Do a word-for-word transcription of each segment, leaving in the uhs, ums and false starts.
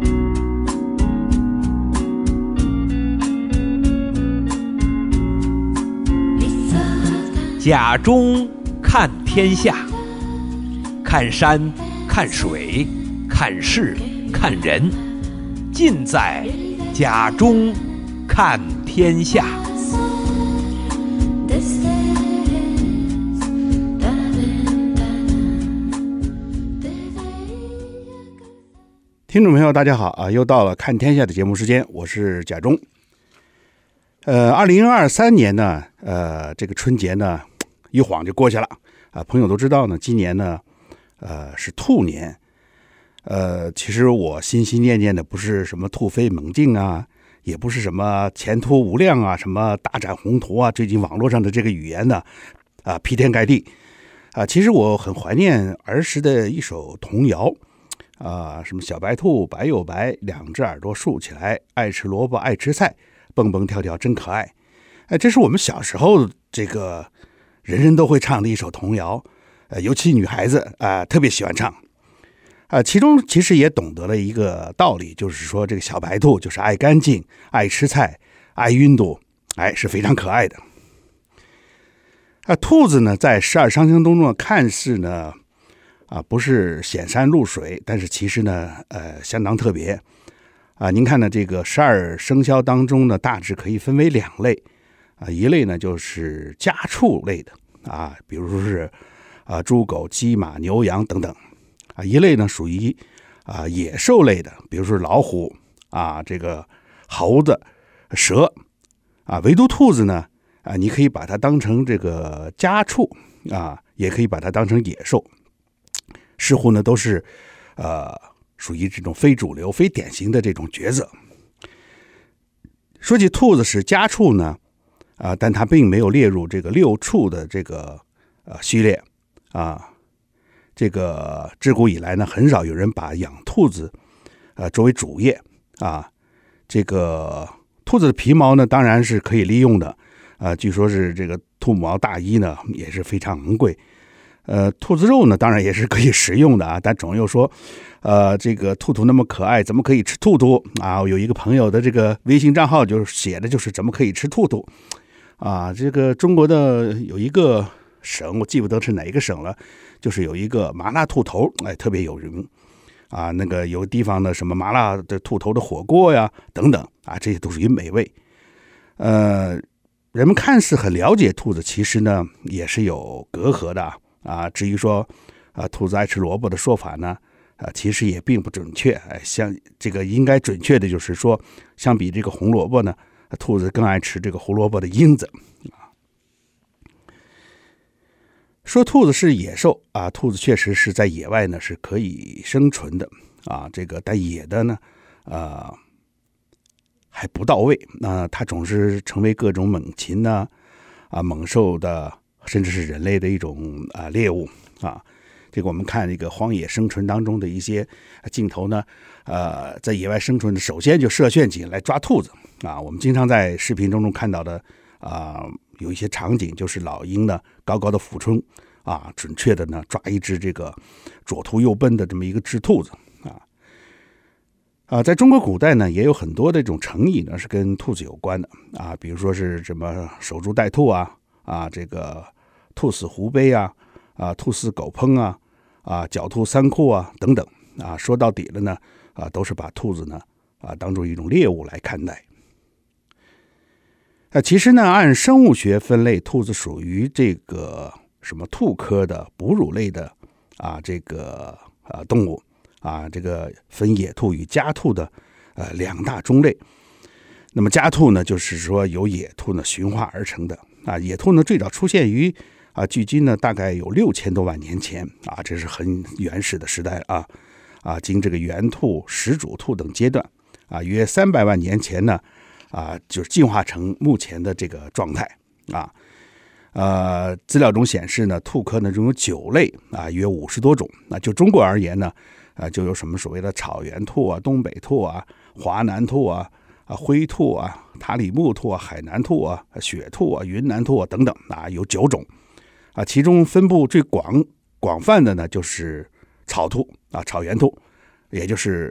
甲中看天下，看山，看水，看事，看人，尽在甲中看天下。 听众朋友大家好啊，又到了看天下的节目时间，我是甲中。呃二零二三年呢呃这个春节呢一晃就过去了啊，朋友都知道呢，今年呢呃是兔年。呃其实我心心念念的不是什么突飞猛进啊，也不是什么前途无量啊，什么大展宏图啊，最近网络上的这个语言呢啊劈天盖地啊，其实我很怀念儿时的一首童谣啊，什么小白兔白又白，两只耳朵竖起来，爱吃萝卜爱吃菜，蹦蹦跳跳真可爱。哎，这是我们小时候这个人人都会唱的一首童谣，呃，尤其女孩子啊、呃、特别喜欢唱。啊、呃，其中其实也懂得了一个道理，就是说这个小白兔就是爱干净、爱吃菜、爱运动，哎，是非常可爱的。啊，兔子呢，在十二生肖当中呢，看似呢。啊，不是显山露水，但是其实呢，呃，相当特别啊。您看呢，这个十二生肖当中呢，大致可以分为两类啊，一类呢就是家畜类的啊，比如说是啊猪狗鸡马牛羊等等啊，一类呢属于啊野兽类的，比如说老虎啊，这个猴子、蛇啊，唯独兔子呢啊，你可以把它当成这个家畜啊，也可以把它当成野兽。似乎呢都是呃属于这种非主流非典型的这种角色。说起兔子是家畜呢啊、呃，但它并没有列入这个六畜的这个呃序列啊。这个自古以来呢，很少有人把养兔子呃作为主业啊。这个兔子的皮毛呢当然是可以利用的啊、呃，据说是这个兔毛大衣呢也是非常昂贵。呃，兔子肉呢，当然也是可以食用的啊，但总有说，呃，这个兔兔那么可爱，怎么可以吃兔兔啊？我有一个朋友的这个微信账号就是写的就是怎么可以吃兔兔啊？这个中国的有一个省，我记不得是哪一个省了，就是有一个麻辣兔头，哎，特别有名啊。那个有地方的什么麻辣的兔头的火锅呀，等等啊，这些都属于美味。呃，人们看似很了解兔子，其实呢也是有隔阂的啊。啊，至于说啊，兔子爱吃萝卜的说法呢，啊，其实也并不准确。哎，像这个应该准确的就是说，相比这个红萝卜呢，兔子更爱吃这个胡萝卜的缨子。啊，说兔子是野兽啊，兔子确实是在野外呢是可以生存的啊，这个但野的呢，啊，还不到位。那、呃、它总是成为各种猛禽呢，啊，猛兽的。甚至是人类的一种啊猎物啊，这个我们看这个荒野生存当中的一些镜头呢，呃，在野外生存的，首先就设陷阱来抓兔子啊。我们经常在视频当中看到的啊，有一些场景就是老鹰呢高高的俯冲啊，准确的呢抓一只这个左突右奔的这么一个只兔子啊。啊，在中国古代呢，也有很多的这种成语呢是跟兔子有关的啊，比如说是什么守株待兔啊。啊，这个兔死狐悲啊，啊，兔死狗烹啊，啊，狡兔三窟啊，等等啊，说到底了呢，啊，都是把兔子呢啊当做一种猎物来看待。啊，其实呢，按生物学分类，兔子属于这个什么兔科的哺乳类的啊这个啊动物啊，这个分野兔与家兔的呃两大种类。那么家兔呢，就是说由野兔呢驯化而成的。啊，野兔呢最早出现于啊，距今呢大概有六千多万年前啊，这是很原始的时代啊啊，经这个原兔、始祖兔等阶段啊，约三百万年前呢啊，就是进化成目前的这个状态啊。呃，资料中显示呢，兔科呢中有九类啊，约五十多种。那就中国而言呢，啊，就有什么所谓的草原兔啊、东北兔啊、华南兔啊。啊，灰兔啊，塔里木兔啊，海南兔啊，雪兔啊，云南兔啊等等啊，有九种啊。其中分布最广广泛的呢，就是草兔啊，草原兔，也就是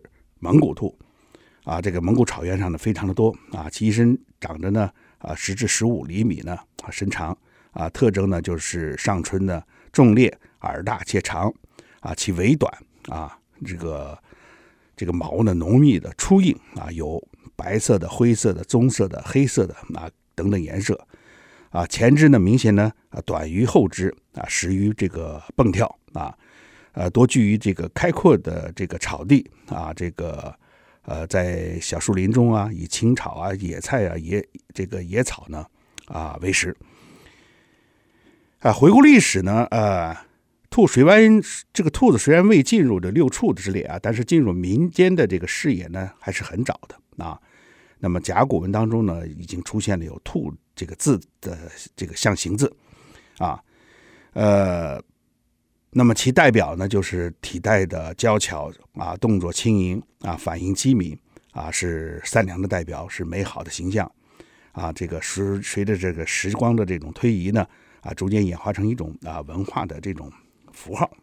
蒙古兔啊，这个蒙古草原上呢非常的多啊，其一身长着呢啊十至十五厘米呢啊身长啊，特征呢就是上唇呢重裂，耳大且长啊，其尾短啊，这个这个毛呢浓密的粗硬啊，有白色的、灰色的、棕色的、黑色的啊等等颜色啊，前肢呢明显呢啊短于后肢啊，适于这个蹦跳啊，呃多居于这个开阔的这个草地啊，这个呃在小树林中啊，以青草啊、野菜啊、野这个野草呢啊为食啊。回顾历史呢，呃。兔虽然这个兔子虽然未进入这六畜之列啊，但是进入民间的这个视野呢还是很早的啊。那么甲骨文当中呢，已经出现了有兔这个字的这个象形字啊，呃，那么其代表呢就是体态的娇巧啊，动作轻盈啊，反应机敏啊，是善良的代表，是美好的形象啊。这个随随着这个时光的这种推移呢啊，逐渐演化成一种啊文化的这种符号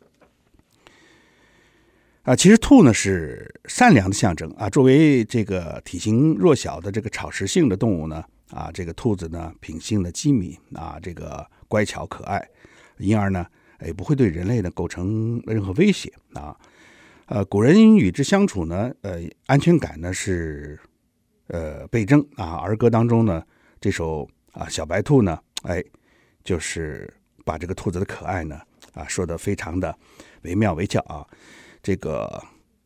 啊，其实兔呢是善良的象征啊。作为这个体型弱小的这个草食性的动物呢，啊，这个兔子呢品性的机敏啊，这个乖巧可爱，因而呢，也不会对人类呢构成任何威胁啊。呃，古人与之相处呢，呃，安全感呢是呃倍增啊。儿歌当中呢，这首啊小白兔呢，哎，就是把这个兔子的可爱呢。啊，说的非常的惟妙惟肖啊！这个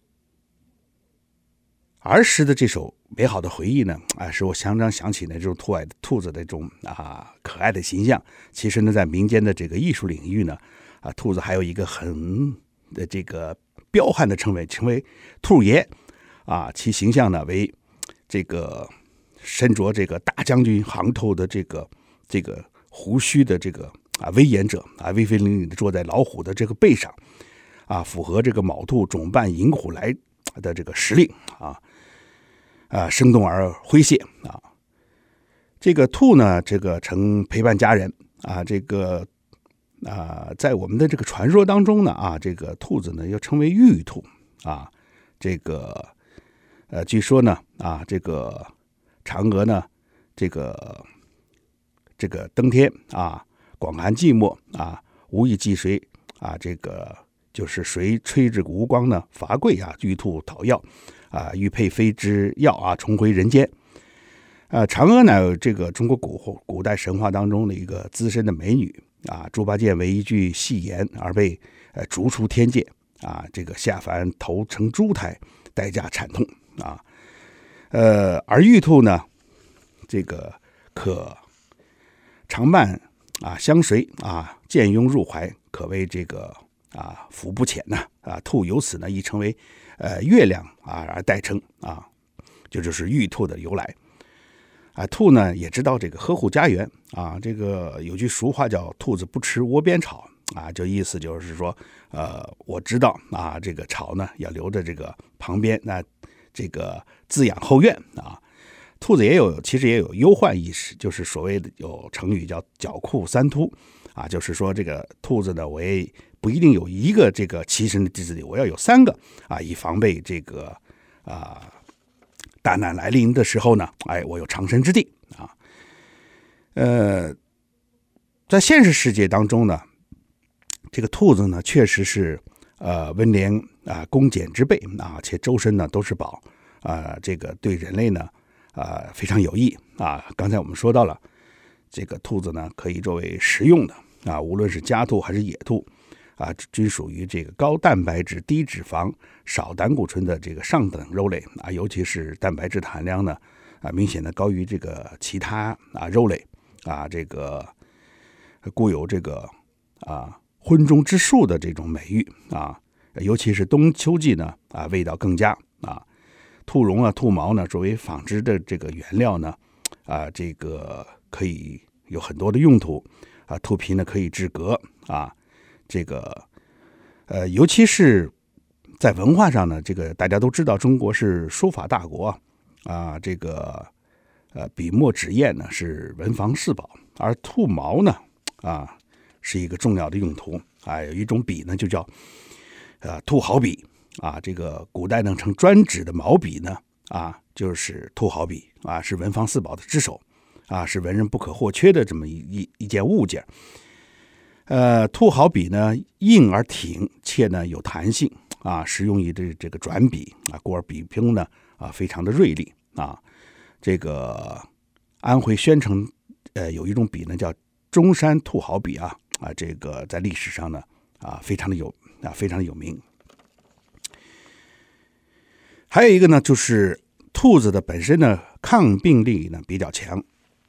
儿时的这首美好的回忆呢，啊，使我常常想起呢这种兔爱兔子的这种啊可爱的形象。其实呢，在民间的这个艺术领域呢，啊，兔子还有一个很的这个彪悍的称谓，称为兔爷啊。其形象呢为这个身着这个大将军行头的这个这个胡须的这个。啊，威严者啊，威风凛凛的坐在老虎的这个背上，啊，符合这个卯兔总伴引虎来的这个时令啊，啊，生动而诙谐啊。这个兔呢，这个曾陪伴家人啊，这个啊，在我们的这个传说当中呢，啊，这个兔子呢又称为玉兔啊，这个呃，据说呢，啊，这个嫦娥呢，这个这个登天啊。广寒寂寞啊，无以济谁啊，这个就是谁吹这个无光呢？伐桂啊，玉兔讨药啊，欲配飞之药啊，重回人间。呃，嫦娥呢，这个中国古古代神话当中的一个资深的美女啊，猪八戒为一句戏言而被呃逐出天界啊，这个下凡投成猪胎，代价惨痛啊。呃，而玉兔呢，这个可常伴。啊，相随啊，见拥入怀，可谓这个啊福不浅呐啊。兔由此呢亦成为呃月亮啊而代称啊，这就是玉兔的由来啊。兔呢也知道这个呵护家园啊，这个有句俗话叫“兔子不吃窝边草”啊，就意思就是说，呃，我知道啊，这个草呢要留着这个旁边，那这个滋养后院啊。兔子也有，其实也有忧患意识，就是所谓的有成语叫狡库三突啊，就是说这个兔子呢，我也不一定有一个这个栖身的之地，我要有三个啊，以防备这个啊大难来临的时候呢，哎，我有藏身之地啊。呃，在现实世界当中呢，这个兔子呢，确实是呃温良啊恭俭之辈啊，且周身呢都是宝啊，这个对人类呢。啊、呃，非常有益啊！刚才我们说到了，这个兔子呢，可以作为食用的啊，无论是家兔还是野兔啊，均属于这个高蛋白质、低脂肪、少胆固醇的这个上等肉类啊，尤其是蛋白质的含量呢啊，明显的高于这个其他啊肉类啊，这个故有这个啊荤中之术的这种美誉啊，尤其是冬秋季呢啊，味道更佳啊。兔绒啊、兔毛呢，作为纺织的这个原料呢，啊，这个可以有很多的用途啊。兔皮呢可以制革啊，这个呃，尤其是在文化上呢，这个大家都知道，中国是书法大国啊，这个呃，笔墨纸砚呢是文房四宝，而兔毛呢啊是一个重要的用途啊。有一种笔呢就叫呃兔毫笔啊，这个古代呢称专指的毛笔呢啊，就是兔毫笔啊，是文房四宝的之首啊，是文人不可或缺的这么一一一件物件。呃，兔毫笔呢硬而挺，且呢有弹性啊，适用于这这个转笔啊，故而笔锋呢啊非常的锐利啊。这个安徽宣城呃有一种笔呢叫中山兔毫笔啊啊，这个在历史上呢啊非常的有啊非常的有名。还有一个呢，就是兔子的本身呢抗病力呢比较强，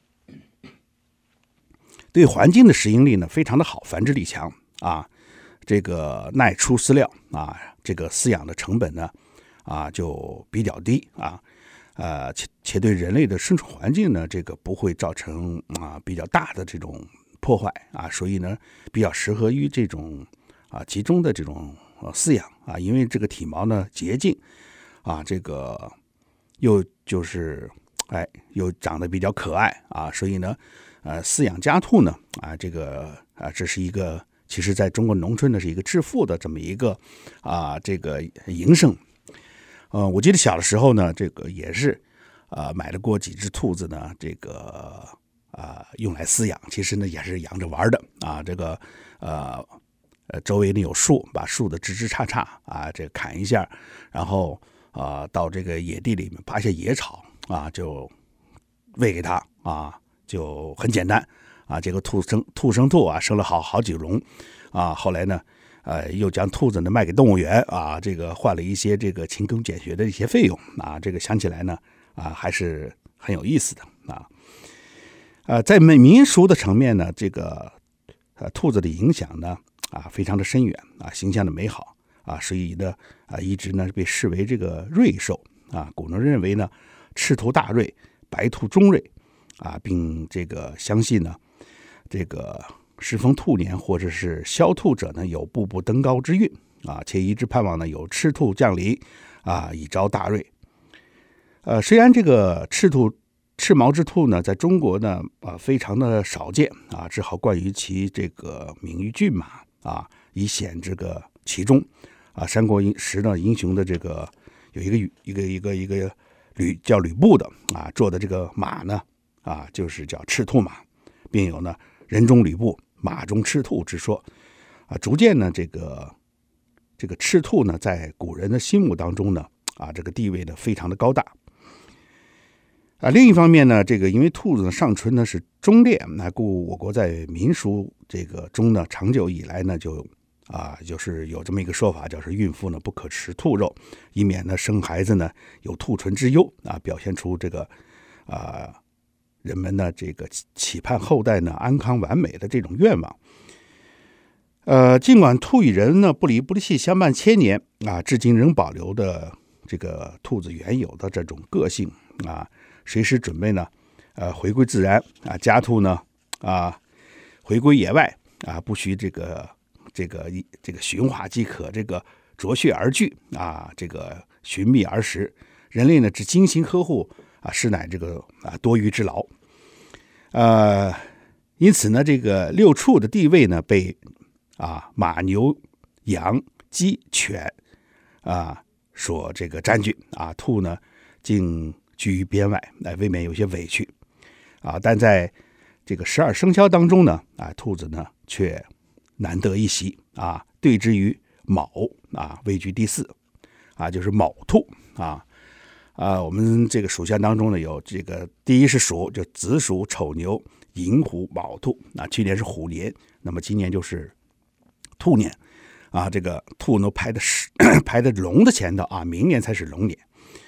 对环境的适应力呢非常的好，繁殖力强啊，这个耐出饲料啊，这个饲养的成本呢啊就比较低啊，呃且且对人类的生存环境呢这个不会造成啊比较大的这种破坏啊，所以呢比较适合于这种啊集中的这种呃饲养啊，因为这个体毛呢洁净。啊，这个又就是哎，又长得比较可爱啊，所以呢，呃，饲养家兔呢，啊，这个啊，这是一个其实在中国农村呢是一个致富的这么一个啊这个营生。呃，我记得小的时候呢，这个也是啊买了过几只兔子呢，这个啊用来饲养，其实呢也是养着玩的啊，这个呃呃周围呢有树，把树的枝枝杈杈啊这砍一下，然后。啊，到这个野地里面拔下野草啊，就喂给它啊，就很简单啊。这个兔生兔生兔啊，生了好好几笼啊。后来呢，呃，又将兔子呢卖给动物园啊，这个换了一些这个勤工俭学的一些费用啊。这个想起来呢啊，还是很有意思的啊。呃，在民俗的层面呢，这个呃兔子的影响呢啊，非常的深远啊，形象的美好。啊，所以呢，啊，一直呢被视为这个瑞兽啊。古人认为呢，赤兔大瑞，白兔中瑞啊，并这个相信呢，这个适逢兔年或者是枭兔者呢，有步步登高之运啊，且一直盼望呢有赤兔降临啊，以招大瑞。呃，虽然这个赤兔赤毛之兔呢，在中国呢啊非常的少见啊，只好冠于其这个名誉骏马啊，以显这个其中。啊，三国时的英雄的这个有一个一个一个一个吕叫吕布的啊，做的这个马呢啊，就是叫赤兔马，并有呢人中吕布，马中赤兔之说啊。逐渐呢，这个这个赤兔呢，在古人的心目当中呢啊，这个地位呢非常的高大啊。另一方面呢，这个因为兔子呢上唇呢是忠烈，那故我国在民俗这个中呢，长久以来呢就。啊，就是有这么一个说法，叫是孕妇呢不可吃兔肉，以免呢生孩子呢有兔唇之忧啊，表现出这个啊人们呢这个期盼后代呢安康完美的这种愿望。呃，尽管兔与人呢不离不弃相伴千年啊，至今仍保留的这个兔子原有的这种个性啊，随时准备呢呃回归自然啊，家兔呢啊回归野外啊，不需这个。这个这个驯化即可，这个啄穴而居啊，这个寻觅而食。人类呢只精心呵护啊，实乃这个啊多余之劳。呃，因此呢，这个六畜的地位呢被啊马牛羊鸡犬啊所这个占据啊，兔呢竟居于边外，那未免有些委屈啊。但在这个十二生肖当中呢，啊，兔子呢却。难得一席啊，对之于卯啊，位居第四啊，就是卯兔啊啊。我们这个属相当中呢，有这个第一是鼠，就子鼠、丑牛、寅虎、卯兔啊。去年是虎年，那么今年就是兔年啊。这个兔呢排的是排的龙的前头啊，明年才是龙年。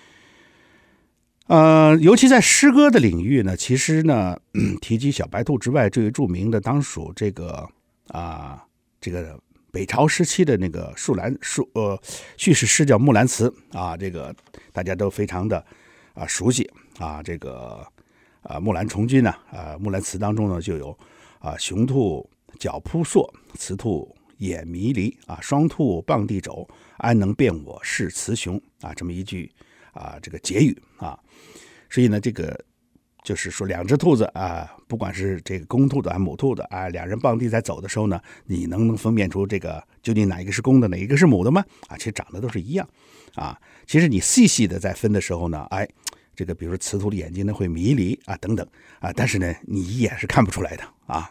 呃，尤其在诗歌的领域呢，其实呢，提及小白兔之外，最为著名的当属这个。啊，这个北朝时期的那个树兰树呃叙事诗叫《木兰辞》啊，这个大家都非常的啊熟悉啊。这个啊木兰从军呢啊，《木兰辞》当中呢就有啊雄兔脚扑朔，雌兔眼迷离啊，双兔傍地走，安能辨我是雌雄啊，这么一句啊这个结语啊。所以呢，这个就是说两只兔子啊，不管是这个公兔子还是母兔子啊，两人傍地在走的时候呢，你能能分辨出这个究竟哪一个是公的，哪一个是母的吗？啊，其实长得都是一样啊。其实你细细的在分的时候呢，哎，这个比如说雌兔的眼睛呢会迷离啊等等啊，但是呢你一眼是看不出来的啊。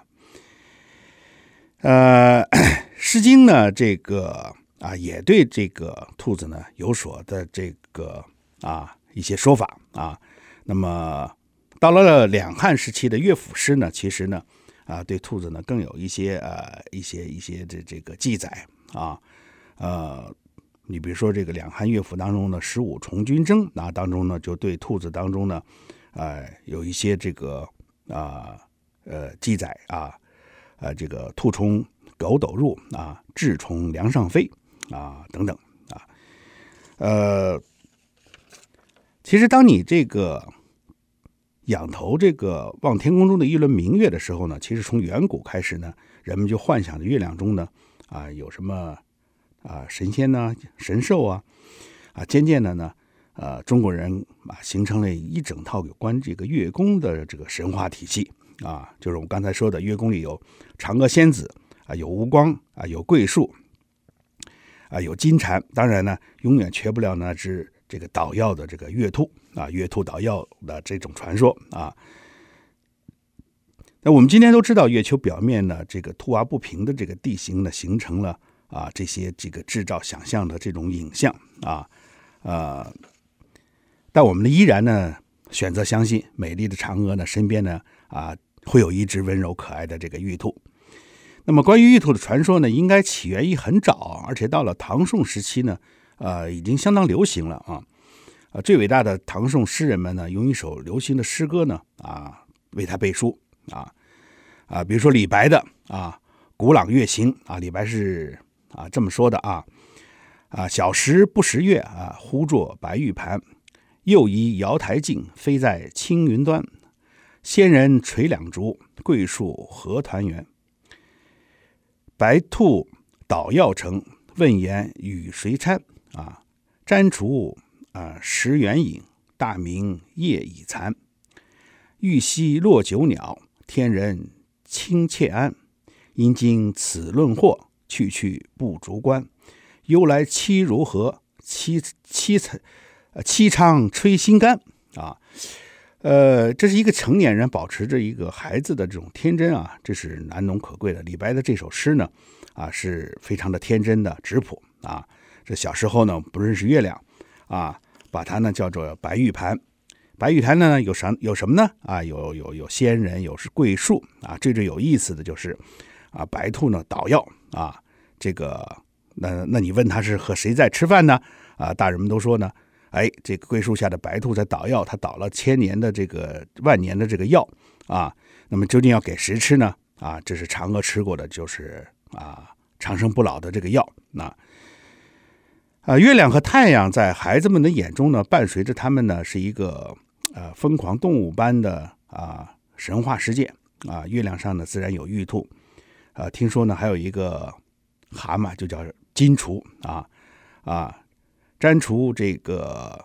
呃，《诗经》呢这个啊也对这个兔子呢有所的这个啊一些说法啊。那么到了两汉时期的乐府诗呢，其实呢，啊，对兔子呢更有一些呃一些一些这这个记载啊，呃，你比如说这个两汉乐府当中呢，《十五重军征》啊当中呢，就对兔子当中呢，呃，有一些这个啊 呃, 呃记载啊，呃，这个兔从狗斗入啊，雉从梁上飞啊等等啊，呃。其实，当你这个仰头这个望天空中的一轮明月的时候呢，其实从远古开始呢，人们就幻想着月亮中呢啊有什么啊神仙呢、神兽啊啊，渐渐的呢，呃，中国人啊形成了一整套有关这个月宫的这个神话体系啊，就是我们刚才说的月宫里有嫦娥仙子啊，有吴光啊，有桂树啊，有金蝉，当然呢，永远缺不了那只。这个捣药的这个月兔啊，月兔捣药的这种传说啊，那我们今天都知道，月球表面呢，这个凸凹不平的这个地形呢，形成了啊这些这个制造想象的这种影像啊，呃，但我们呢依然呢选择相信，美丽的嫦娥呢身边呢啊会有一只温柔可爱的这个玉兔。那么关于玉兔的传说呢，应该起源于很早，而且到了唐宋时期呢。呃，已经相当流行了啊！啊，最伟大的唐宋诗人们呢，用一首流行的诗歌呢，啊，为他背书啊啊，比如说李白的啊《古朗月行》啊，李白是啊这么说的啊啊，小时不识月啊，忽作白玉盘，又疑瑶台镜，飞在青云端。仙人垂两烛，桂树何团圆。白兔捣药成，问言与谁餐？啊，占除啊石原影，大明夜已残。玉溪落九鸟，天人清妾安。因经此论惑，去去不足观。忧来妻如何？妻妻妻昌吹心肝啊。呃，这是一个成年人保持着一个孩子的这种天真啊，这是难能可贵的。李白的这首诗呢，啊，是非常的天真的质朴啊。这小时候呢不认识月亮啊，把它呢叫做白玉盘。白玉盘呢有啥有什么呢？啊，有有有仙人，有是桂树啊。最最有意思的就是啊，白兔呢捣药啊，这个那那你问他是和谁在吃饭呢？啊，大人们都说呢，哎，这个桂树下的白兔在捣药，它捣了千年的这个万年的这个药啊。那么究竟要给谁吃呢？啊，这是嫦娥吃过的，就是啊长生不老的这个药啊。啊，月亮和太阳在孩子们的眼中呢，伴随着他们呢是一个呃疯狂动物般的啊神话世界啊。月亮上呢自然有玉兔，啊，听说呢还有一个蛤蟆就叫金雏啊啊，占除这个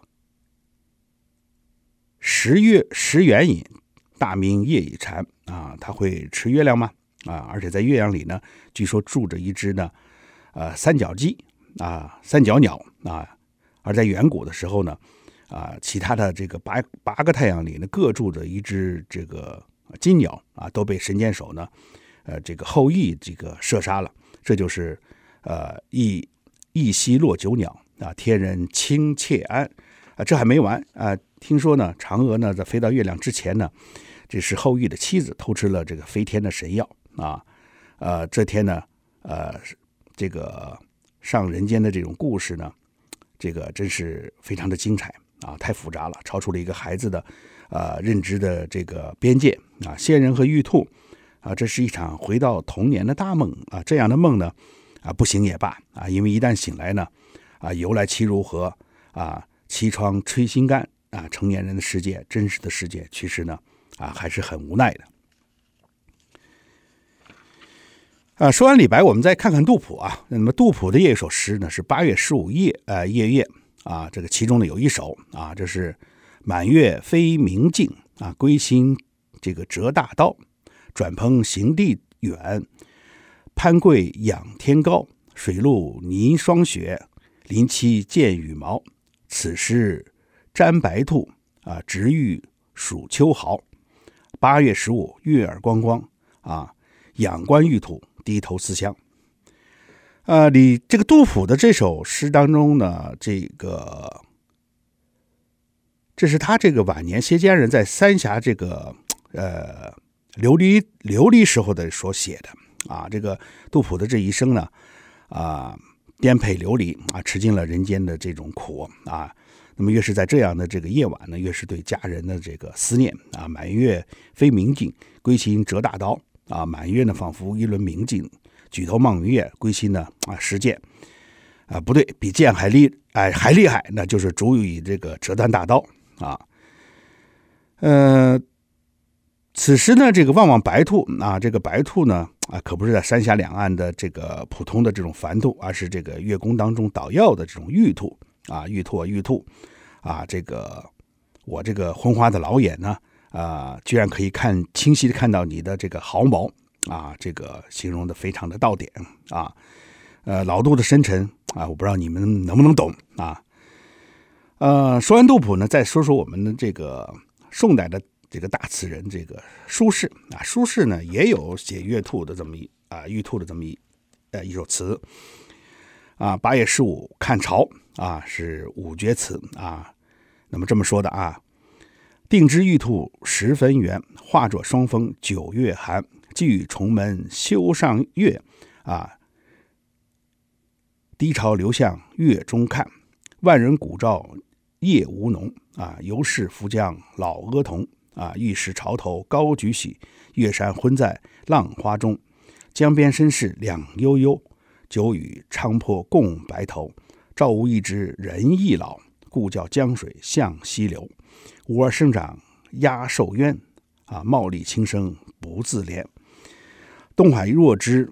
十月十元饮，大明夜已残啊，他会吃月亮吗？啊，而且在月亮里呢，据说住着一只呢呃三角鸡。啊，三角鸟啊，而在远古的时候呢，啊，其他的这个八八个太阳里呢，各住着一只这个金鸟啊，都被神箭手呢，呃，这个后羿这个射杀了。这就是呃一一夕落九鸟啊，天人清妾安啊，这还没完啊！听说呢，嫦娥呢在飞到月亮之前呢，这是后羿的妻子偷吃了这个飞天的神药啊，呃，这天呢，呃，这个。上人间的这种故事呢，这个真是非常的精彩啊，太复杂了，超出了一个孩子的呃认知的这个边界啊。仙人和玉兔啊，这是一场回到童年的大梦啊。这样的梦呢啊，不醒也罢啊，因为一旦醒来呢啊，由来妻如何啊，凄怆吹心肝啊，成年人的世界，真实的世界，其实呢啊还是很无奈的。啊，说完李白，我们再看看杜甫啊。那么杜甫的也有一首诗呢，是八月十五夜，呃，夜月啊，这个其中呢有一首啊，这是满月飞明镜啊，归心这个折大刀，转蓬行地远，攀桂仰天高，水陆泥霜雪，林栖见羽毛。此时沾白兔啊，直欲数秋毫。八月十五，月儿光光啊，仰观玉兔，低头思乡。呃，你这个杜甫的这首诗当中呢，这个这是他这个晚年谢家人在三峡这个呃流离流离时候的所写的啊。这个杜甫的这一生呢，啊，颠沛流离啊，吃尽了人间的这种苦啊。那么越是在这样的这个夜晚呢，越是对家人的这个思念啊。满月非明镜，归心折大刀啊。满月呢，仿佛一轮明镜，举头望明月；归心呢，啊，实剑啊，不对，比剑还厉，哎，还厉害，那就是足以这个折断大刀啊。呃，此时呢，这个望望白兔啊，这个白兔呢，啊，可不是在三峡两岸的这个普通的这种凡兔，而是这个乐宫当中捣药的这种玉兔啊，玉兔啊，玉兔啊，这个我这个昏花的老眼呢，啊，居然可以看清晰的看到你的这个毫毛啊，这个形容的非常的到点啊。呃，老杜的深沉啊，我不知道你们能不能懂啊。呃，说完杜甫呢，再说说我们的这个宋代的这个大词人，这个苏轼啊。苏轼呢也有写月兔的这么一啊玉兔的这么一呃一首词啊。八月十五看潮啊，是五绝词啊。那么这么说的啊：定知玉兔十分圆，化作霜风九月寒。寄与重门修上月啊，低潮流向月中看。万人鼓噪夜无浓啊，犹是浮江老阿童啊。玉石潮头高举起，月山昏在浪花中。江边身世两悠悠，久与昌坡共白头。赵无一知人亦老，故叫江水向西流。吾儿生长鸦受冤啊，貌丽轻生不自怜。东海若知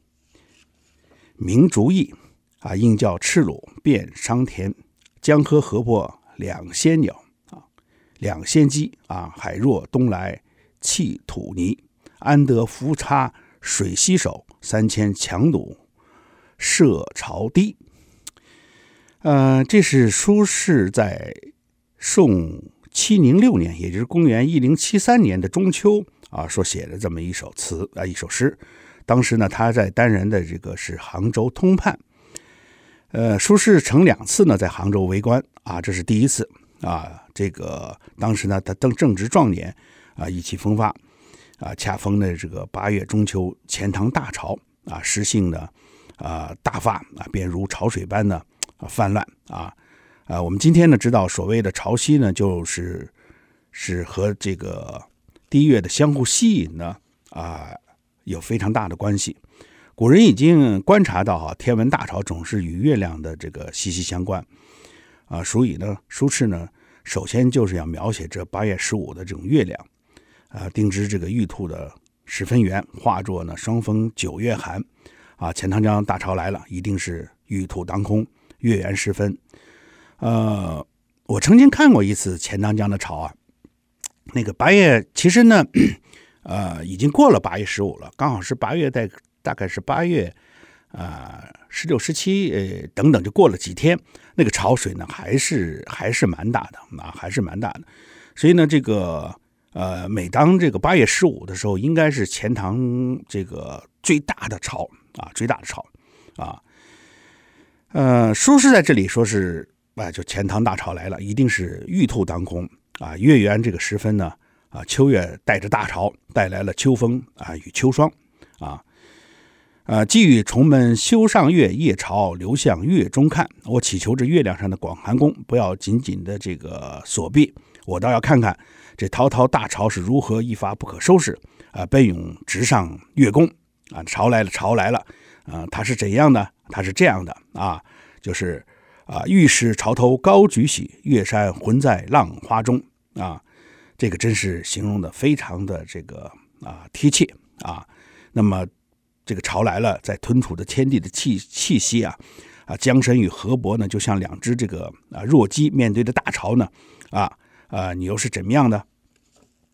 明烛意啊，应教赤裸遍桑田。江河河泊两仙鸟啊，两仙鸡啊，海若东来弃土泥。安得浮插水西手，三千强弩射潮低。呃，这是苏轼在宋七零六年，也就是公元一零七三年的中秋啊，所写的这么一首词啊，一首诗。当时呢，他在担任的这个是杭州通判。呃，苏轼曾两次呢在杭州为官啊，这是第一次啊。这个当时呢，他正正值壮年啊，意气风发啊，恰逢呢这个八月中秋，钱塘大潮啊，时兴呢啊大发啊，便如潮水般呢啊泛滥啊。啊，我们今天呢知道，所谓的潮汐呢，就是是和这个低月的相互吸引呢啊有非常大的关系。古人已经观察到哈，天文大潮总是与月亮的这个息息相关啊，所以呢，苏轼呢，首先就是要描写这八月十五的这种月亮啊，定知这个玉兔的十分圆，化作呢霜风九月寒啊，钱塘江大潮来了，一定是玉兔当空，月圆时分。呃，我曾经看过一次钱塘江的潮啊，那个八月其实呢，呃，已经过了八月十五了，刚好是八月在。大概是八月，啊、呃，十六、十七，呃，等等，就过了几天，那个潮水呢，还是还是蛮大的啊，还是蛮大的。所以呢，这个呃，每当这个八月十五的时候，应该是钱塘这个最大的潮啊，最大的潮啊。呃，苏轼在这里说是啊，就钱塘大潮来了，一定是玉兔当空啊，月圆这个时分呢，啊，秋月带着大潮，带来了秋风啊与秋霜啊。呃，寄与重门修上月，夜潮流向月中看。我祈求这月亮上的广寒宫不要紧紧的这个锁闭，我倒要看看这滔滔大潮是如何一发不可收拾啊，奔涌直上月宫啊！潮来了，潮来了啊！它是怎样的？它是这样的啊，就是啊，玉石潮头高举起，月山浑在浪花中啊！这个真是形容的非常的这个啊贴切啊。那么。这个潮来了，在吞吐的天地的气气息啊，啊，江神与河伯呢，就像两只这个啊弱鸡面对的大潮呢，啊啊，你又是怎么样的？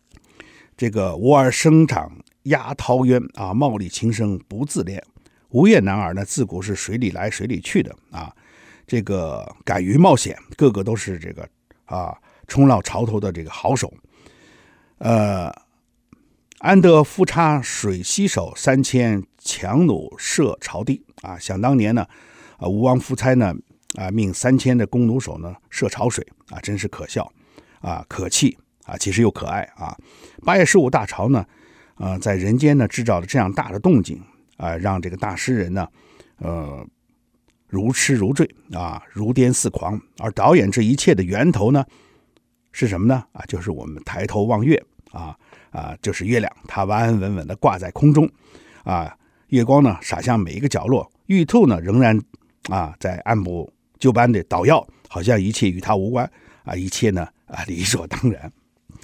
这个吾儿生长鸦涛渊啊，貌丽情生不自恋。无业男儿呢，自古是水里来水里去的啊，这个敢于冒险，个个都是这个啊冲浪潮头的这个好手。呃，安得夫差水西手，三千强弩射朝地啊！想当年呢，啊吴王夫差呢啊命三千的弓弩手呢射潮水啊，真是可笑啊，可气啊，其实又可爱啊。八月十五大潮呢，呃，在人间呢制造了这样大的动静。啊，让这个大诗人呢，呃，如痴如醉啊，如癫似狂。而导演这一切的源头呢，是什么呢？啊，就是我们抬头望月啊啊，就是月亮，它安安稳稳的挂在空中啊，月光呢洒向每一个角落，玉兔呢仍然啊在按部就班的捣药，好像一切与它无关啊，一切呢啊理所当然。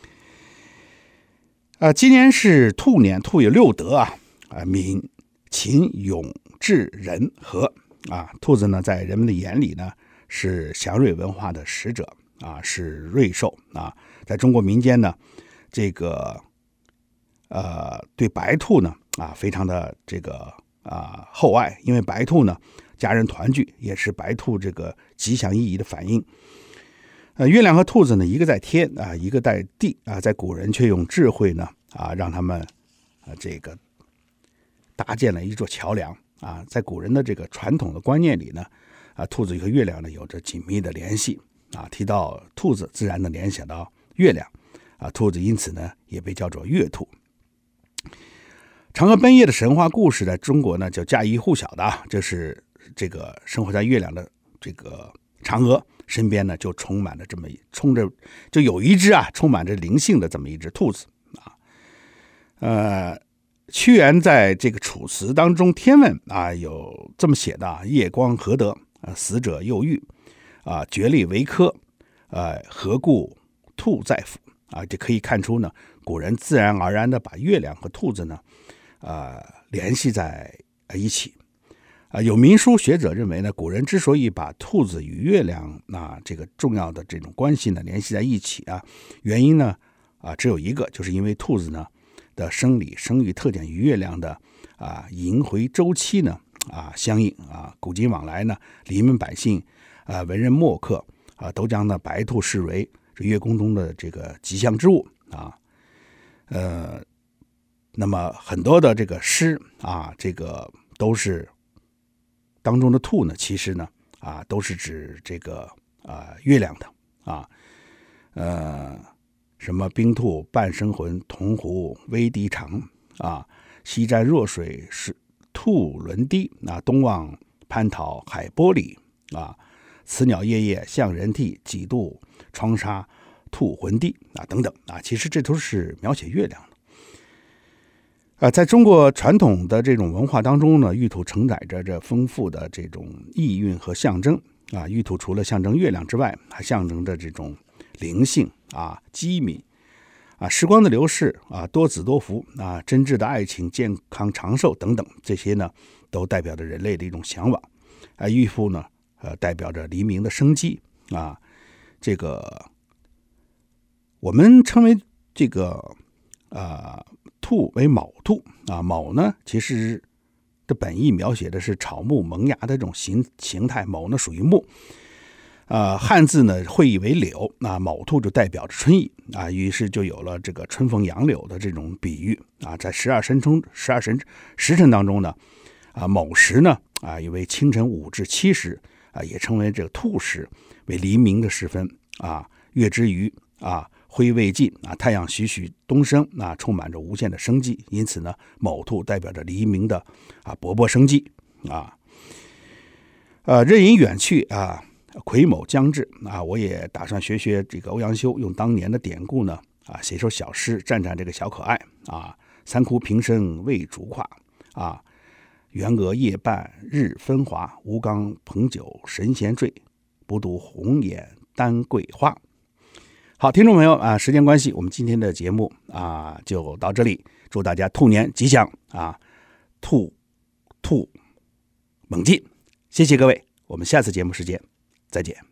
啊，今年是兔年，兔有六德啊啊，敏。勤勇智仁和啊，兔子呢，在人们的眼里呢，是祥瑞文化的使者啊，是瑞兽啊。在中国民间呢，这个呃，对白兔呢啊，非常的这个啊厚爱，因为白兔呢，家人团聚，也是白兔这个吉祥意义的反应。呃，月亮和兔子呢，一个在天啊，一个在地啊，在古人却用智慧呢啊，让他们啊这个。搭建了一座桥梁啊，在古人的这个传统的观念里呢，啊，兔子和月亮呢有着紧密的联系啊。提到兔子，自然的联想到月亮啊，兔子因此呢也被叫做月兔。嫦娥奔月的神话故事在中国呢就家喻户晓的啊，这是这个生活在月亮的这个嫦娥身边呢就充满了这么冲着就有一只啊充满着灵性的这么一只兔子啊，呃。屈原在这个《楚辞》当中《天问》啊，有这么写的啊：夜光何得？啊，死者又欲啊，绝力为科，呃，何故兔在府？啊，就可以看出呢，古人自然而然的把月亮和兔子呢，呃，联系在一起。啊，有民书学者认为呢，古人之所以把兔子与月亮啊这个重要的这种关系呢联系在一起啊，原因呢啊只有一个，就是因为兔子呢。的生理生育特点与月亮的啊迎回周期呢啊相应啊，古今往来呢，黎民百姓啊文人墨客啊都将呢白兔视为这月宫中的这个吉祥之物啊，呃，那么很多的这个诗啊，这个都是当中的兔呢，其实呢啊都是指这个啊月亮的啊，呃。什么冰兔半生魂，铜壶微低长啊，西瞻弱水是兔轮低啊，东望蟠桃海波里啊，此鸟夜夜向人啼，几度窗纱兔魂地啊等等啊，其实这都是描写月亮的。啊，在中国传统的这种文化当中呢，玉兔承载着这丰富的这种意蕴和象征啊。玉兔除了象征月亮之外，还象征着这种灵性啊、机敏啊、时光的流逝啊、多子多福啊、真挚的爱情、健康长寿等等，这些呢都代表着人类的一种向往。啊，玉兔呢，呃，代表着黎明的生机啊。这个我们称为这个啊。兔为卯兔啊，卯呢其实的本意描写的是草木萌芽的这种形形态，卯呢属于木，啊，汉字呢会意为柳，那卯兔就代表着春意啊，于是就有了这个春风杨柳的这种比喻啊，在十二神中十二神时辰当中呢，啊卯时呢啊也为清晨五至七时啊，也称为这个兔时，为黎明的时分啊，月之余啊。辉未尽啊，太阳徐徐东升啊，充满着无限的生机。因此呢，卯兔代表着黎明的啊勃勃生机啊。呃，壬寅远去啊，癸卯将至啊，我也打算学学这个欧阳修，用当年的典故呢啊，写首小诗赞赞这个小可爱啊。三窟平生未竹跨啊，圆额夜半日分华，吴刚捧酒神闲醉，不独红颜丹桂花。好，听众朋友啊，时间关系，我们今天的节目啊就到这里。祝大家兔年吉祥啊，兔兔猛进！谢谢各位，我们下次节目时间再见。